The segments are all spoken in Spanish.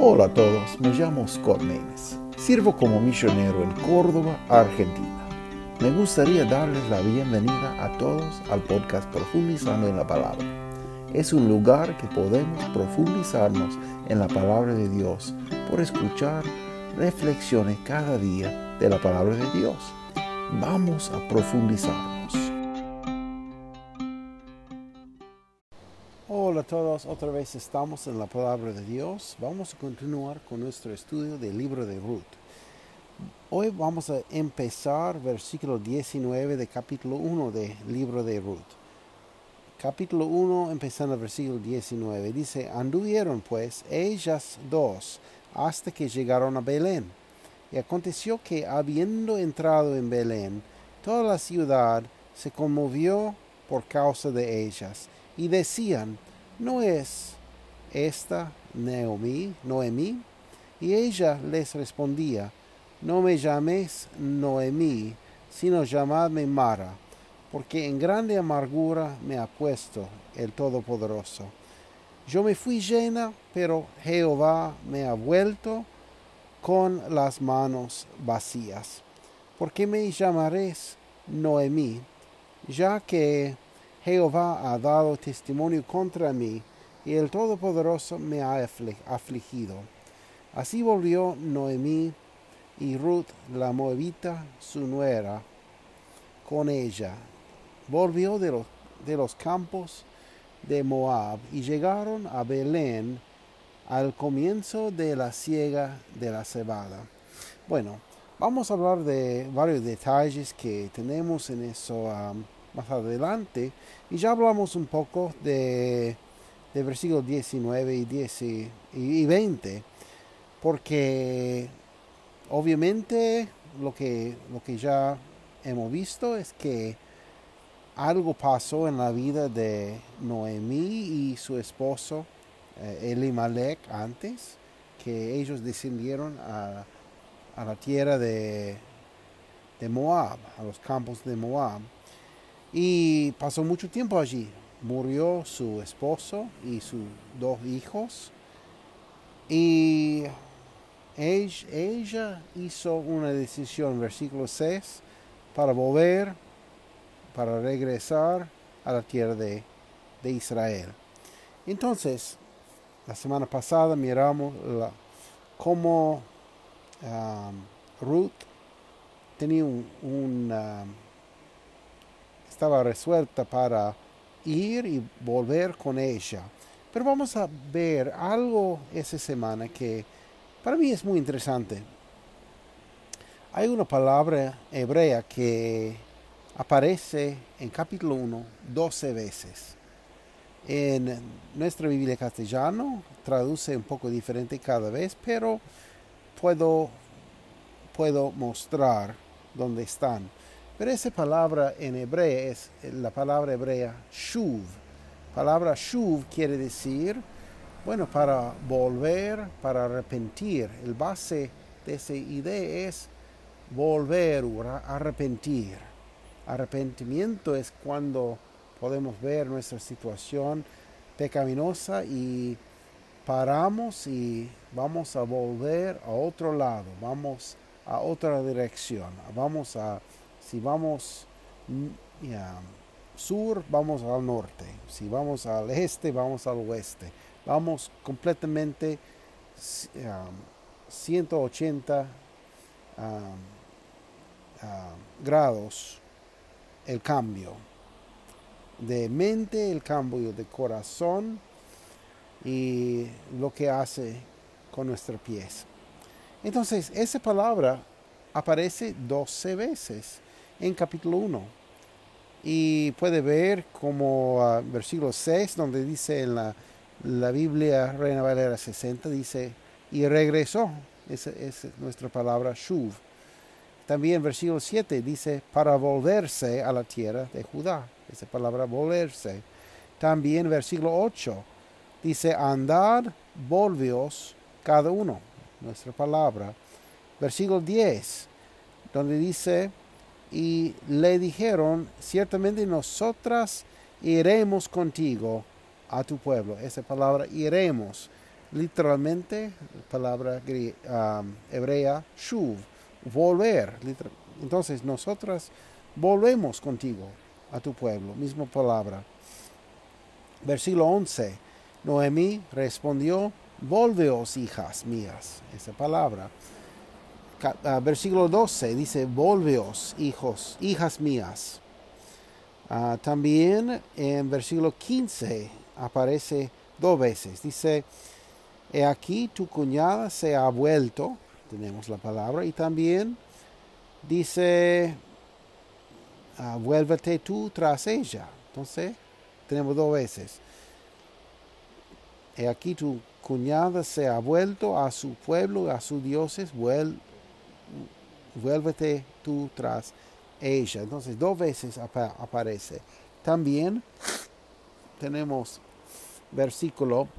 Hola a todos, me llamo Scott Maines. Sirvo como misionero en Córdoba, Argentina. Me gustaría darles la bienvenida a todos al podcast Profundizando en la Palabra. Es un lugar que podemos profundizarnos en la Palabra de Dios por escuchar reflexiones cada día de la Palabra de Dios. Vamos a profundizarnos. Hola a todos, otra vez estamos en la Palabra de Dios. Vamos a continuar con nuestro estudio del libro de Ruth. Hoy vamos a empezar versículo 19 de capítulo 1 del libro de Ruth. Capítulo 1, empezando el versículo 19, dice: Anduvieron pues ellas dos hasta que llegaron a Belén. Y aconteció que, habiendo entrado en Belén, toda la ciudad se conmovió por causa de ellas, y decían: ¿no es esta Noemí? Y ella les respondía: no me llaméis Noemí, sino llamadme Mara, porque en grande amargura me ha puesto el Todopoderoso. Yo me fui llena, pero Jehová me ha vuelto con las manos vacías. ¿Por qué me llamaréis Noemí? Ya que Jehová ha dado testimonio contra mí, y el Todopoderoso me ha afligido. Así volvió Noemí y Ruth la moabita, su nuera, con ella. Volvió de los campos de Moab, y llegaron a Belén al comienzo de la siega de la cebada. Bueno, vamos a hablar de varios detalles que tenemos en eso más adelante, y ya hablamos un poco de versículos 19 y 20, porque obviamente lo que ya hemos visto es que algo pasó en la vida de Noemí y su esposo Elimelech antes, que ellos descendieron a la tierra de Moab, a los campos de Moab, y pasó mucho tiempo allí. Murió su esposo y sus dos hijos, y ella hizo una decisión, versículo 6, para volver, para regresar a la tierra de Israel. Entonces, la semana pasada miramos cómo Ruth tenía estaba resuelta para ir y volver con ella. Pero vamos a ver algo esa semana que para mí es muy interesante. Hay una palabra hebrea que aparece en capítulo 1 12 veces. En nuestra Biblia castellano traduce un poco diferente cada vez, pero puedo mostrar dónde están. Pero esa palabra en hebreo es la palabra hebrea shuv. Palabra shuv quiere decir, bueno, para volver, para arrepentir. El base de esa idea es volver o arrepentir. Arrepentimiento es cuando podemos ver nuestra situación pecaminosa y paramos y vamos a volver a otro lado, vamos a otra dirección. Si vamos sur, vamos al norte. Si vamos al este, vamos al oeste. Vamos completamente 180 grados el cambio de mente, el cambio de corazón y lo que hace con nuestros pies. Entonces, esa palabra aparece 12 veces en capítulo 1. Y puede ver como versículo 6, donde dice en la Biblia Reina Valera 60, dice, y regresó. Esa es nuestra palabra shuv. También versículo 7 dice, para volverse a la tierra de Judá. Esa palabra volverse. También versículo 8 dice, andad, volveos cada uno. Nuestra palabra. Versículo 10, donde dice, y le dijeron, ciertamente nosotras iremos contigo a tu pueblo. Esa palabra iremos, literalmente, palabra hebrea shuv, volver. Entonces nosotras volvemos contigo a tu pueblo, misma palabra. Versículo 11. Noemí respondió, volveos, hijas mías. Esa palabra. Versículo 12 dice, volveos, hijas mías. También en versículo 15 aparece 2 veces. Dice, he aquí tu cuñada se ha vuelto, tenemos la palabra, y también dice, vuélvete tú tras ella. Entonces, tenemos 2 veces. He aquí tu cuñada se ha vuelto a su pueblo, a sus dioses, vuélvete tú tras ella. Entonces 2 veces aparece. También tenemos versículo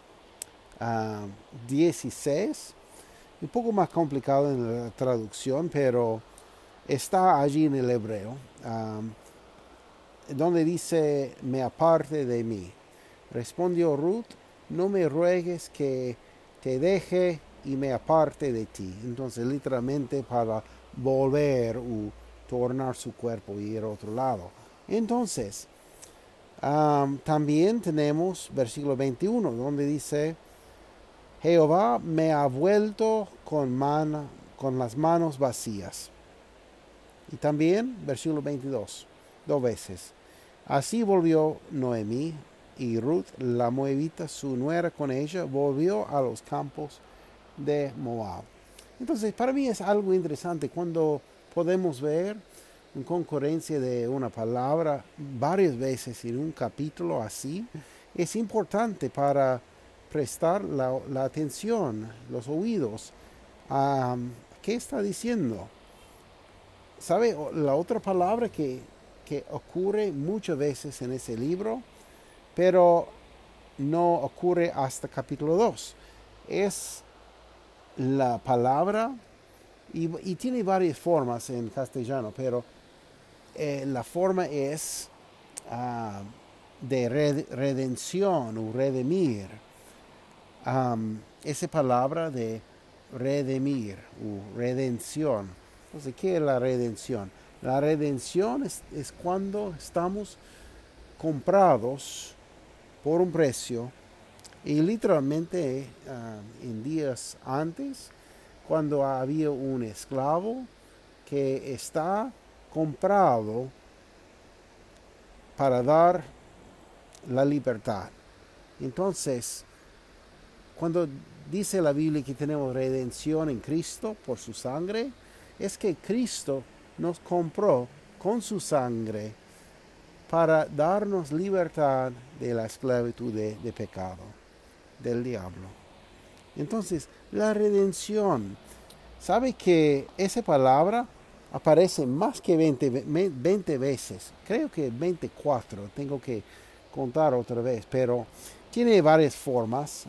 16, un poco más complicado en la traducción, pero está allí en el hebreo, donde dice, me aparte de mí. Respondió Ruth, no me ruegues que te deje y me aparte de ti. Entonces literalmente para volver o tornar su cuerpo y ir a otro lado. Entonces también tenemos versículo 21 donde dice, Jehová me ha vuelto con las manos vacías. Y también versículo 22, 2 veces. Así volvió Noemí, y Ruth, la moabita, su nuera con ella, volvió a los campos de Moab. Entonces, para mí es algo interesante cuando podemos ver en concurrencia de una palabra varias veces en un capítulo así. Es importante para prestar la atención, los oídos a qué está diciendo. ¿Sabe? La otra palabra que ocurre muchas veces en ese libro, pero no ocurre hasta capítulo 2. Es la palabra, y tiene varias formas en castellano, pero la forma es de redención o redimir. Esa palabra de redimir o redención. Entonces, ¿qué es la redención? La redención es cuando estamos comprados por un precio, y literalmente en días antes, cuando había un esclavo que está comprado para dar la libertad. Entonces, cuando dice la Biblia que tenemos redención en Cristo por su sangre, es que Cristo nos compró con su sangre para darnos libertad de la esclavitud de pecado, del diablo. Entonces, la redención, ¿sabe que esa palabra aparece más que 20 veces? Creo que 24, tengo que contar otra vez, pero tiene varias formas.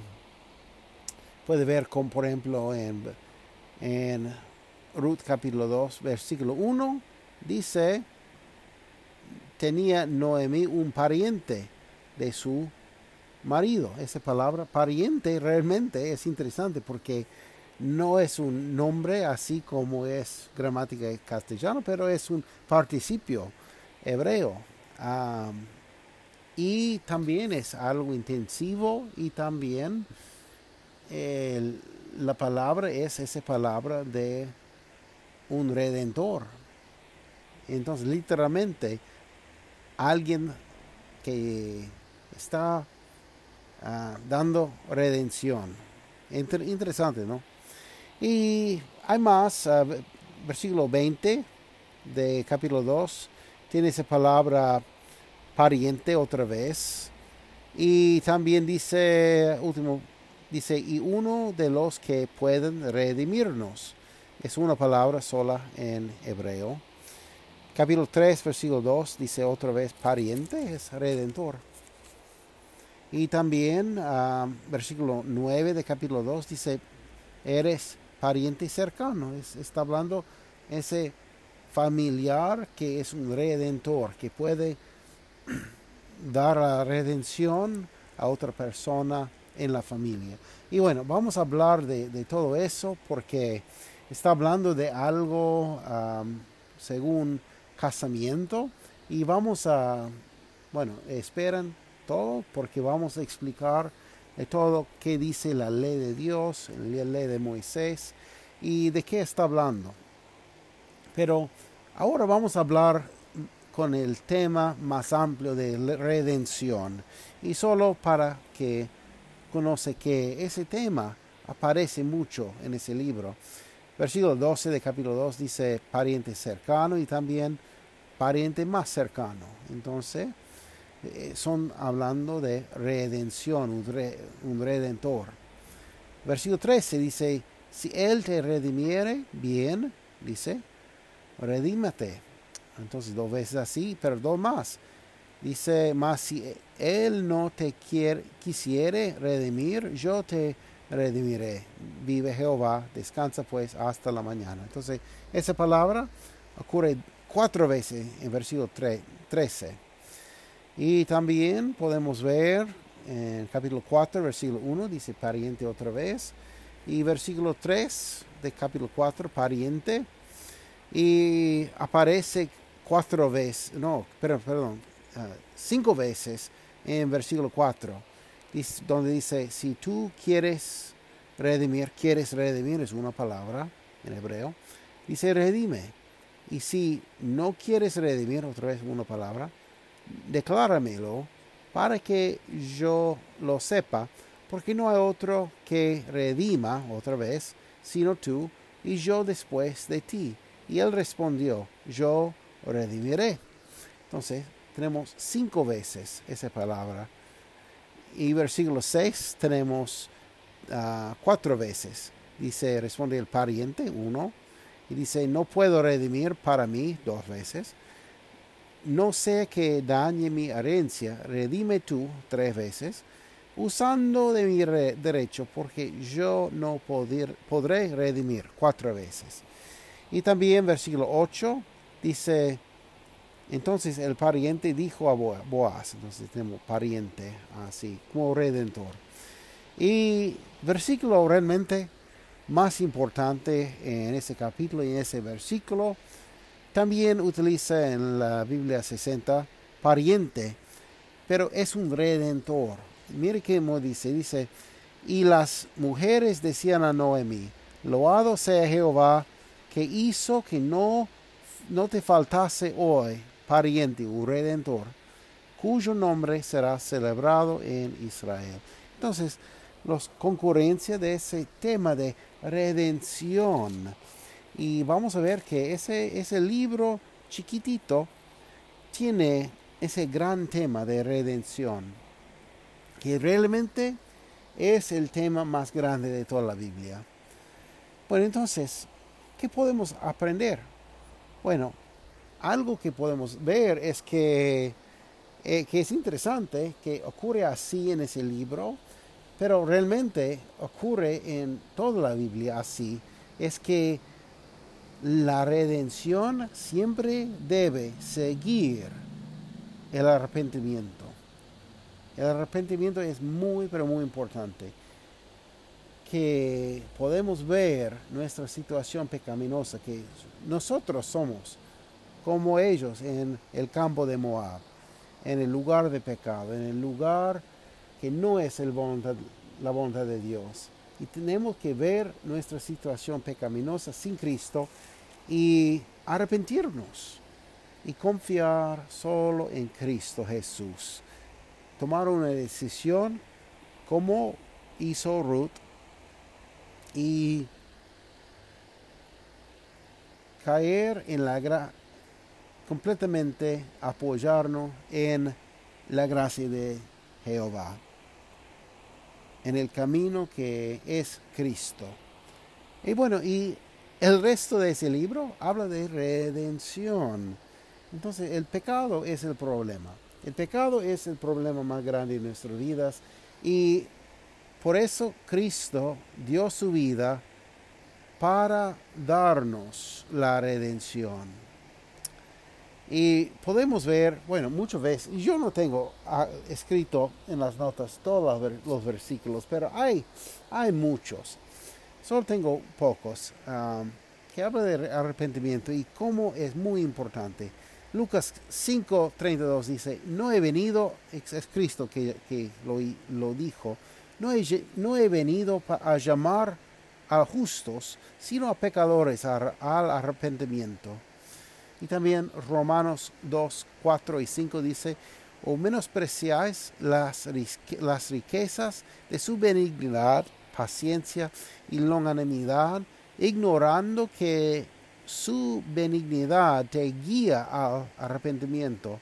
Puede ver como por ejemplo en Ruth capítulo 2, versículo 1, dice, tenía Noemí un pariente de su marido. Esa palabra pariente realmente es interesante porque no es un nombre así como es gramática castellana, pero es un participio hebreo. Y también es algo intensivo, y también la palabra es esa palabra de un redentor. Entonces literalmente alguien que está dando redención. Interesante, ¿no? Y hay más, versículo 20 de capítulo 2, tiene esa palabra pariente otra vez. Y también dice, y uno de los que pueden redimirnos. Es una palabra sola en hebreo. Capítulo 3, versículo 2, dice otra vez pariente, es redentor. Y también versículo 9 de capítulo 2 dice, eres pariente cercano. Está hablando ese familiar que es un redentor, que puede dar la redención a otra persona en la familia. Y bueno, vamos a hablar de todo eso porque está hablando de algo según casamiento y vamos a, bueno, esperan todo porque vamos a explicar de todo qué dice la ley de Dios, la ley de Moisés y de qué está hablando. Pero ahora vamos a hablar con el tema más amplio de redención y solo para que conoce que ese tema aparece mucho en ese libro. Versículo 12 de capítulo 2 dice pariente cercano y también pariente más cercano. Entonces, son hablando de redención, un redentor. Versículo 13 dice, si él te redimiere, bien, dice, redímate. Entonces, dos veces así, pero dos más. Dice, mas si él no te quisiere redimir, yo te redimiré. Vive Jehová, descansa pues hasta la mañana. Entonces, esa palabra ocurre 4 veces en versículo 13. Y también podemos ver en capítulo 4, versículo 1, dice pariente otra vez. Y versículo 3 de capítulo 4, pariente. Y aparece 4 veces, no, perdón, 5 veces en versículo 4, donde dice, si tú quieres redimir, es una palabra en hebreo, dice redime. Y si no quieres redimir, otra vez una palabra, decláramelo para que yo lo sepa, porque no hay otro que redima, otra vez, sino tú, y yo después de ti. Y él respondió, yo redimiré. Entonces, tenemos 5 veces esa palabra. Y versículo 6 tenemos 4 veces. Dice, responde el pariente, 1. Y dice, no puedo redimir para mí, 2 veces. No sé que dañe mi herencia, redime tú, 3 veces. Usando de mi derecho, porque yo no podré redimir, 4 veces. Y también versículo 8 dice, entonces el pariente dijo a Boaz, entonces tenemos pariente así, como redentor. Y versículo realmente más importante en ese capítulo y en ese versículo, también utiliza en la Biblia 60 pariente, pero es un redentor. Mire cómo dice, y las mujeres decían a Noemi, loado sea Jehová, que hizo que no te faltase hoy pariente o redentor, cuyo nombre será celebrado en Israel. Entonces, los concurrencia de ese tema de redención. Y vamos a ver que ese libro chiquitito tiene ese gran tema de redención, que realmente es el tema más grande de toda la Biblia. Bueno, entonces, ¿qué podemos aprender? Bueno, algo que podemos ver es que es interesante que ocurre así en ese libro, pero realmente ocurre en toda la Biblia así, es que la redención siempre debe seguir el arrepentimiento. El arrepentimiento es muy, pero muy importante. Que podemos ver nuestra situación pecaminosa, que nosotros somos como ellos en el campo de Moab, en el lugar de pecado, en el lugar que no es la voluntad de Dios. Y tenemos que ver nuestra situación pecaminosa sin Cristo y arrepentirnos y confiar solo en Cristo Jesús. Tomar una decisión como hizo Ruth y caer en completamente apoyarnos en la gracia de Jehová, en el camino que es Cristo. Y bueno, y el resto de ese libro habla de redención. Entonces, el pecado es el problema. El pecado es el problema más grande de nuestras vidas y por eso Cristo dio su vida para darnos la redención. Y podemos ver, bueno, muchas veces, yo no tengo escrito en las notas todos los versículos, pero hay muchos. Solo tengo pocos que hablan de arrepentimiento y cómo es muy importante. Lucas 5:32 dice, no he venido, es Cristo que lo dijo, no he venido a llamar a justos, sino a pecadores al arrepentimiento. Y también Romanos 2:4 y 5 dice, o menospreciáis las riquezas de su benignidad, paciencia y longanimidad, ignorando que su benignidad te guía al arrepentimiento,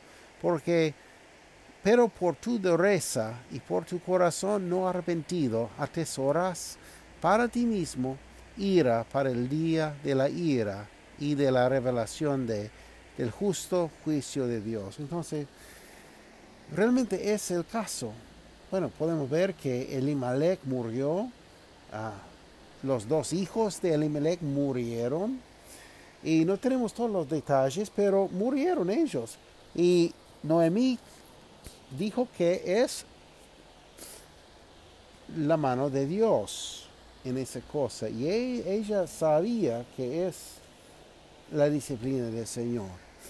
pero por tu dureza y por tu corazón no arrepentido, atesoras para ti mismo ira para el día de la ira y de la revelación del justo juicio de Dios. Entonces, realmente es el caso. Bueno, podemos ver que Elimelech murió, los dos hijos de Elimelech murieron, y no tenemos todos los detalles, pero murieron ellos. Y Noemí dijo que es la mano de Dios en esa cosa, y ella sabía que es la disciplina del Señor.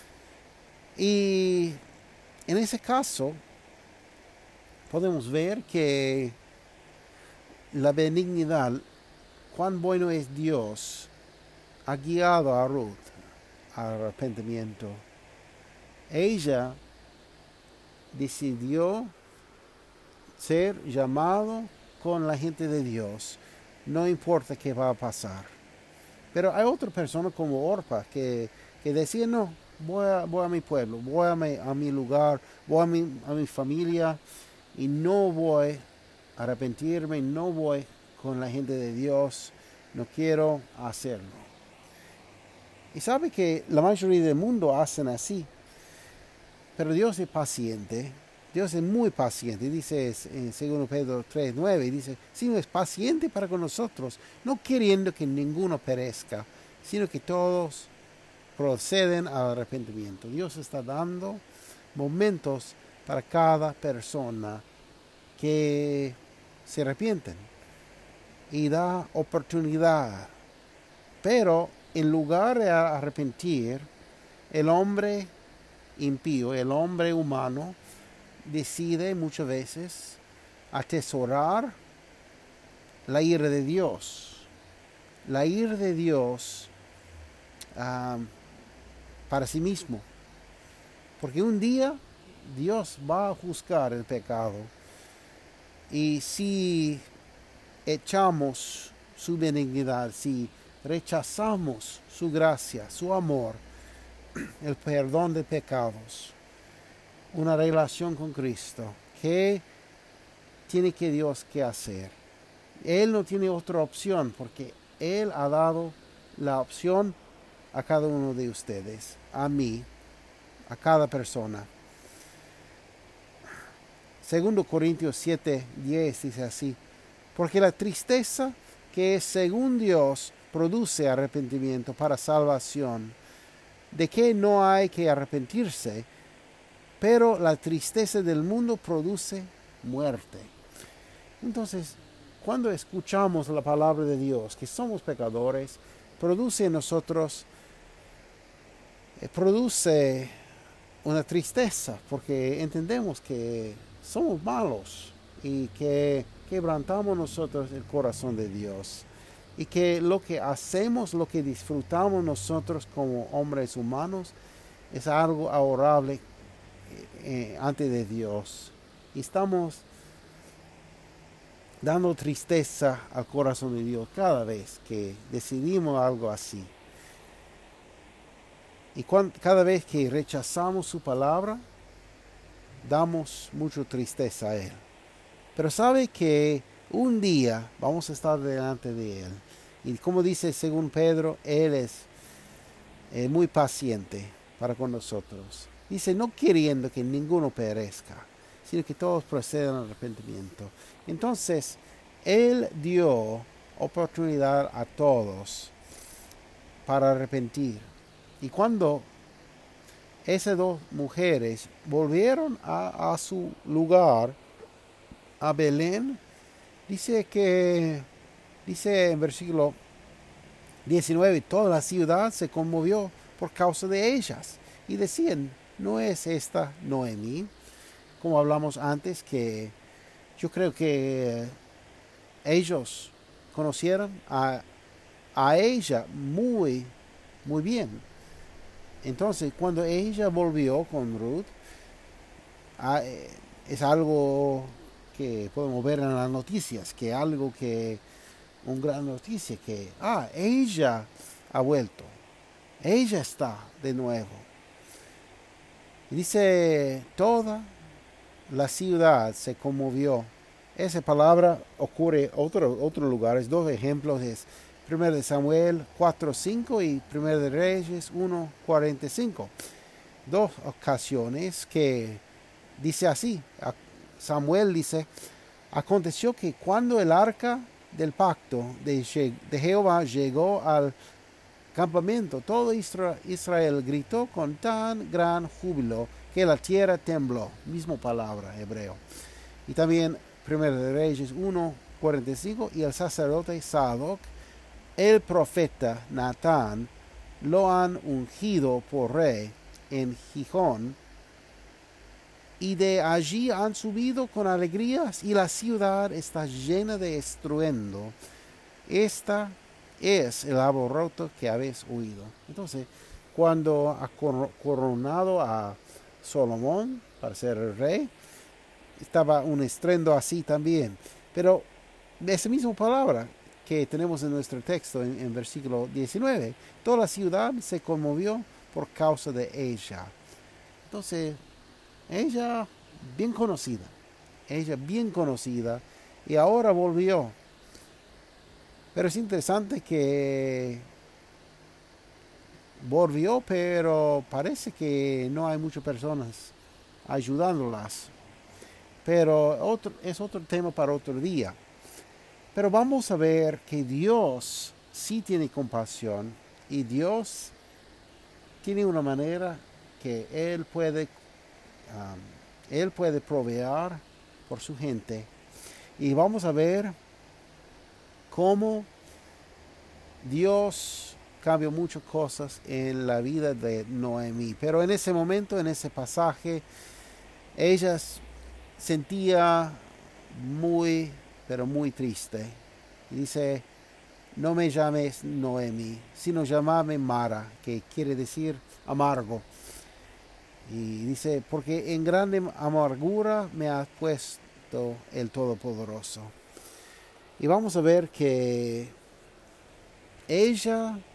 Y en ese caso podemos ver que la benignidad, cuán bueno es Dios, ha guiado a Ruth al arrepentimiento. Ella decidió ser llamado con la gente de Dios, no importa qué va a pasar. Pero hay otra persona como Orpa que decía, no, voy a mi pueblo, voy a mi lugar, voy a mi familia y no voy a arrepentirme, no voy con la gente de Dios, no quiero hacerlo. Y sabe que la mayoría del mundo hacen así, pero Dios es paciente. Dios es muy paciente, dice en 2 Pedro 3:9, dice, sino es paciente para con nosotros, no queriendo que ninguno perezca, sino que todos proceden al arrepentimiento. Dios está dando momentos para cada persona que se arrepienten y da oportunidad. Pero en lugar de arrepentir, el hombre impío, el hombre humano, decide muchas veces atesorar la ira de Dios. La ira de Dios para sí mismo. Porque un día Dios va a juzgar el pecado. Y si echamos su benignidad, si rechazamos su gracia, su amor, el perdón de pecados, una relación con Cristo, ¿qué tiene que Dios que hacer? Él no tiene otra opción porque Él ha dado la opción a cada uno de ustedes, a mí, a cada persona. 2 Corintios 7:10 dice así, porque la tristeza que es según Dios produce arrepentimiento para salvación, de que no hay que arrepentirse, pero la tristeza del mundo produce muerte. Entonces, cuando escuchamos la palabra de Dios, que somos pecadores, produce en nosotros, produce una tristeza, porque entendemos que somos malos y que quebrantamos nosotros el corazón de Dios. Y que lo que hacemos, lo que disfrutamos nosotros como hombres humanos, es algo adorable ante de Dios. Y estamos dando tristeza al corazón de Dios cada vez que decidimos algo así. Y cada vez que rechazamos su palabra, damos mucha tristeza a Él. Pero sabe que un día vamos a estar delante de Él. Y como dice según Pedro, Él es muy paciente para con nosotros. Dice, no queriendo que ninguno perezca, sino que todos procedan al arrepentimiento. Entonces, Él dio oportunidad a todos para arrepentir. Y cuando esas dos mujeres volvieron a su lugar, a Belén. Dice en versículo 19, toda la ciudad se conmovió por causa de ellas y decían, ¿no es esta Noemí? Como hablamos antes, que yo creo que ellos conocieron a ella muy, muy bien. Entonces, cuando ella volvió con Ruth, es algo que podemos ver en las noticias, que algo que, una gran noticia, que, ella ha vuelto, ella está de nuevo. Y dice, toda la ciudad se conmovió. Esa palabra ocurre en otros lugares. Dos ejemplos es 1 de Samuel 4:5 y 1 de Reyes 1:45. Dos ocasiones que dice así. Samuel dice, aconteció que cuando el arca del pacto de Jehová llegó al campamento, todo Israel gritó con tan gran júbilo que la tierra tembló. Misma palabra hebreo. Y también 1 de Reyes 1:45, y el sacerdote Sadoc, el profeta Natán, lo han ungido por rey en Gijón, y de allí han subido con alegrías, y la ciudad está llena de estruendo. Esta es el alboroto que habéis oído. Entonces, cuando ha coronado a Salomón para ser el rey, estaba un estruendo así también. Pero esa misma palabra que tenemos en nuestro texto en versículo 19, toda la ciudad se conmovió por causa de ella. Entonces, ella bien conocida, y ahora volvió. Pero es interesante que volvió, pero parece que no hay muchas personas ayudándolas. Pero es otro tema para otro día. Pero vamos a ver que Dios sí tiene compasión, y Dios tiene una manera que Él puede proveer por su gente. Y vamos a ver cómo Dios cambió muchas cosas en la vida de Noemí. Pero en ese momento, en ese pasaje, ella sentía muy, pero muy triste. Y dice, no me llames Noemí, sino llámame Mara, que quiere decir amargo. Y dice, porque en grande amargura me ha puesto el Todopoderoso. Y vamos a ver que ella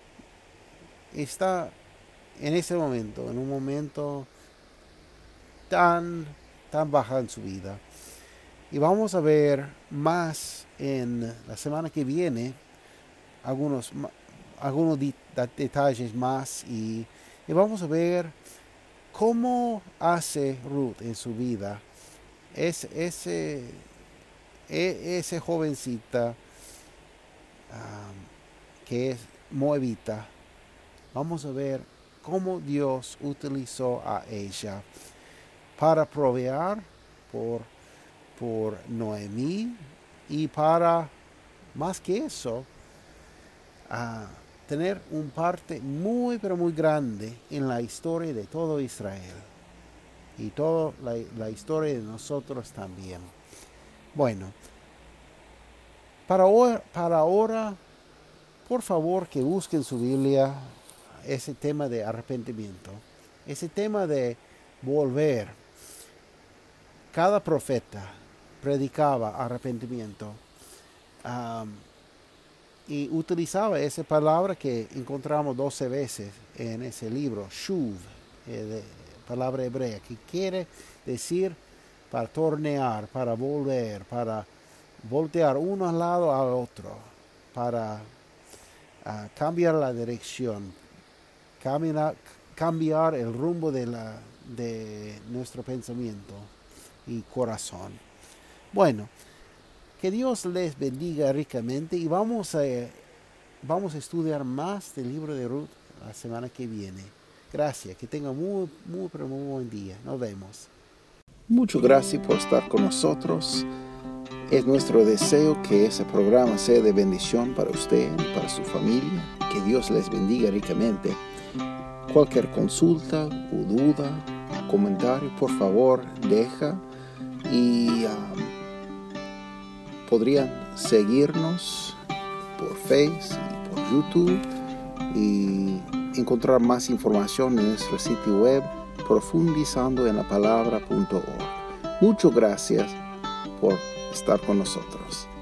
está en ese momento, en un momento tan baja en su vida. Y vamos a ver más en la semana que viene, algunos detalles más, y vamos a ver cómo hace Ruth en su vida. Ese jovencita que es moabita. Vamos a ver cómo Dios utilizó a ella para proveer por Noemí, y para, más que eso, tener un parte muy, pero muy grande en la historia de todo Israel y toda la historia de nosotros también. Bueno, para ahora, por favor, que busquen su Biblia ese tema de arrepentimiento, ese tema de volver. Cada profeta predicaba arrepentimiento, y utilizaba esa palabra que encontramos 12 veces en ese libro, shuv, palabra hebrea, que quiere decir para tornear, para volver, para voltear uno al lado al otro, para cambiar la dirección, cambiar el rumbo de nuestro pensamiento y corazón. Bueno, que Dios les bendiga ricamente, y vamos a estudiar más del libro de Ruth la semana que viene. Gracias. Que tengan muy buen día. Nos vemos. Muchas gracias por estar con nosotros. Es nuestro deseo que ese programa sea de bendición para usted y para su familia. Que Dios les bendiga ricamente. Cualquier consulta o duda, comentario, por favor, deja. Y podrían seguirnos por Facebook y por YouTube y encontrar más información en nuestro sitio web profundizandoenlapalabra.org. Muchas gracias por estar con nosotros.